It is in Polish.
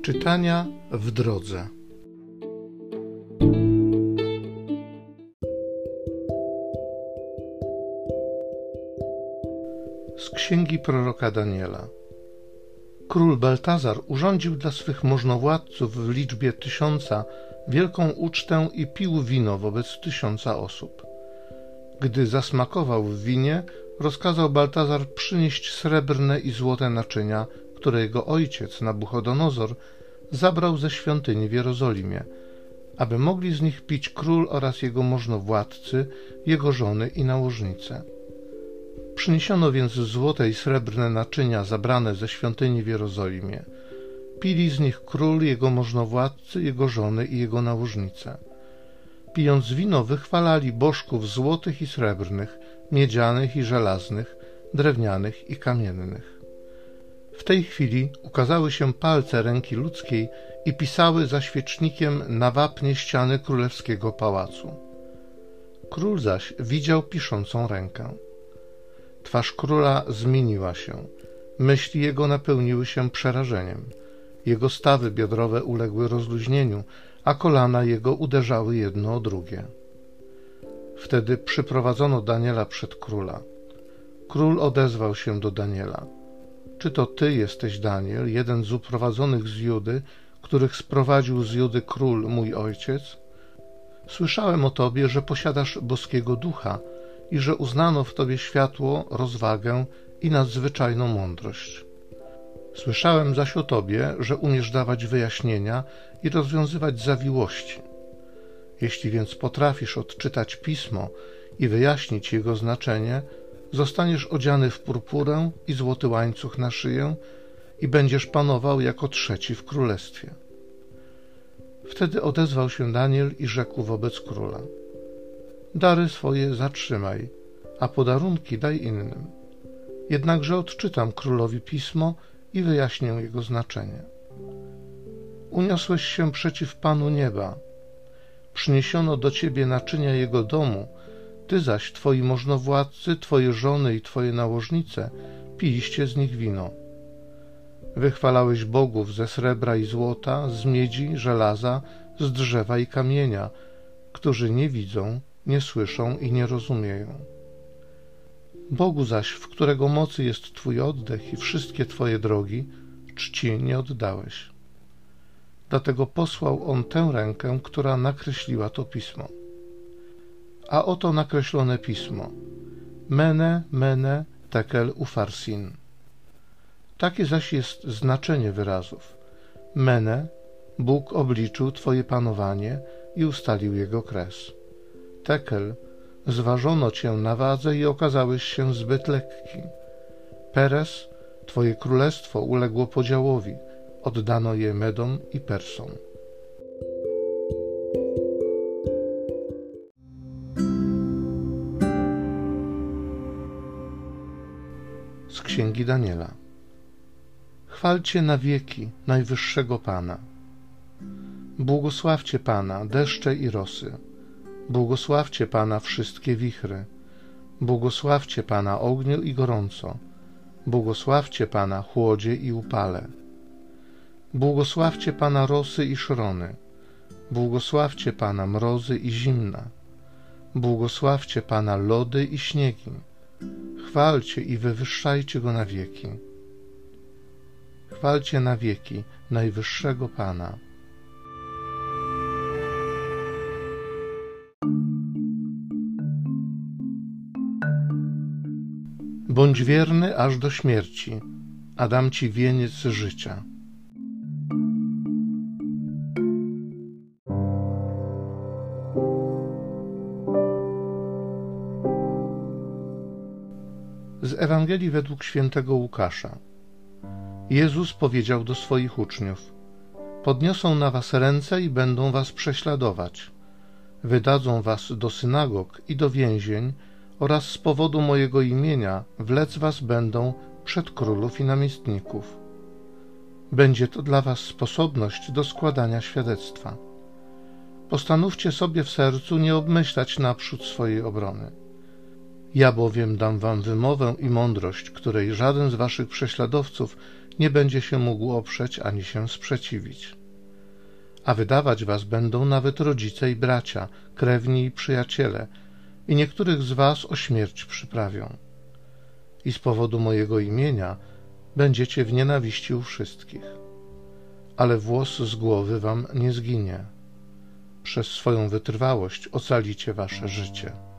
Czytania w drodze. Z księgi proroka Daniela. Król Baltazar urządził dla swych możnowładców w liczbie 1000 wielką ucztę i pił wino wobec 1000 osób. Gdy zasmakował w winie, rozkazał Baltazar przynieść srebrne i złote naczynia, które jego ojciec Nabuchodonozor zabrał ze świątyni w Jerozolimie, aby mogli z nich pić król oraz jego możnowładcy, jego żony i nałożnice. Przyniesiono więc złote i srebrne naczynia zabrane ze świątyni w Jerozolimie. Pili z nich król, jego możnowładcy, jego żony i jego nałożnice. Pijąc wino, wychwalali bożków złotych i srebrnych, miedzianych i żelaznych, drewnianych i kamiennych. W tej chwili ukazały się palce ręki ludzkiej i pisały za świecznikiem na wapnie ściany królewskiego pałacu. Król zaś widział piszącą rękę. Twarz króla zmieniła się, myśli jego napełniły się przerażeniem. Jego stawy biodrowe uległy rozluźnieniu, a kolana jego uderzały jedno o drugie. Wtedy przyprowadzono Daniela przed króla. Król odezwał się do Daniela: Czy to ty jesteś, Daniel, jeden z uprowadzonych z Judy, których sprowadził z Judy król, mój ojciec? Słyszałem o tobie, że posiadasz boskiego ducha i że uznano w tobie światło, rozwagę i nadzwyczajną mądrość. Słyszałem zaś o tobie, że umiesz dawać wyjaśnienia i rozwiązywać zawiłości. Jeśli więc potrafisz odczytać pismo i wyjaśnić jego znaczenie, zostaniesz odziany w purpurę i złoty łańcuch na szyję i będziesz panował jako trzeci w królestwie. Wtedy odezwał się Daniel i rzekł wobec króla: Dary swoje zatrzymaj, a podarunki daj innym. Jednakże odczytam królowi pismo i wyjaśnię jego znaczenie. Uniosłeś się przeciw Panu nieba. Przyniesiono do ciebie naczynia jego domu, ty zaś, twoi możnowładcy, twoje żony i twoje nałożnice piliście z nich wino. Wychwalałeś bogów ze srebra i złota, z miedzi, żelaza, z drzewa i kamienia, którzy nie widzą, nie słyszą i nie rozumieją. Bogu zaś, w którego mocy jest twój oddech i wszystkie twoje drogi, czci nie oddałeś. Dlatego posłał on tę rękę, która nakreśliła to pismo. A oto nakreślone pismo: Mene, Mene, Tekel, Ufarsin. Takie zaś jest znaczenie wyrazów. Mene, Bóg obliczył twoje panowanie i ustalił jego kres. Tekel, zważono cię na wadze i okazałeś się zbyt lekki. Peres, twoje królestwo uległo podziałowi, oddano je Medom i Persom. Z księgi Daniela. Chwalcie na wieki najwyższego Pana. Błogosławcie Pana, deszcze i rosy. Błogosławcie Pana, wszystkie wichry. Błogosławcie Pana, ogniu i gorąco. Błogosławcie Pana, chłodzie i upale. Błogosławcie Pana, rosy i szrony. Błogosławcie Pana, mrozy i zimna. Błogosławcie Pana, lody i śniegi. Chwalcie i wywyższajcie Go na wieki. Chwalcie na wieki najwyższego Pana. Bądź wierny aż do śmierci, a dam ci wieniec życia. Z Ewangelii według świętego Łukasza. Jezus powiedział do swoich uczniów: Podniosą na was ręce i będą was prześladować. Wydadzą was do synagog i do więzień oraz z powodu mojego imienia wlec was będą przed królów i namiestników. Będzie to dla was sposobność do składania świadectwa. Postanówcie sobie w sercu nie obmyślać naprzód swojej obrony. Ja bowiem dam wam wymowę i mądrość, której żaden z waszych prześladowców nie będzie się mógł oprzeć ani się sprzeciwić. A wydawać was będą nawet rodzice i bracia, krewni i przyjaciele, i niektórych z was o śmierć przyprawią. I z powodu mojego imienia będziecie w nienawiści u wszystkich. Ale włos z głowy wam nie zginie. Przez swoją wytrwałość ocalicie wasze życie.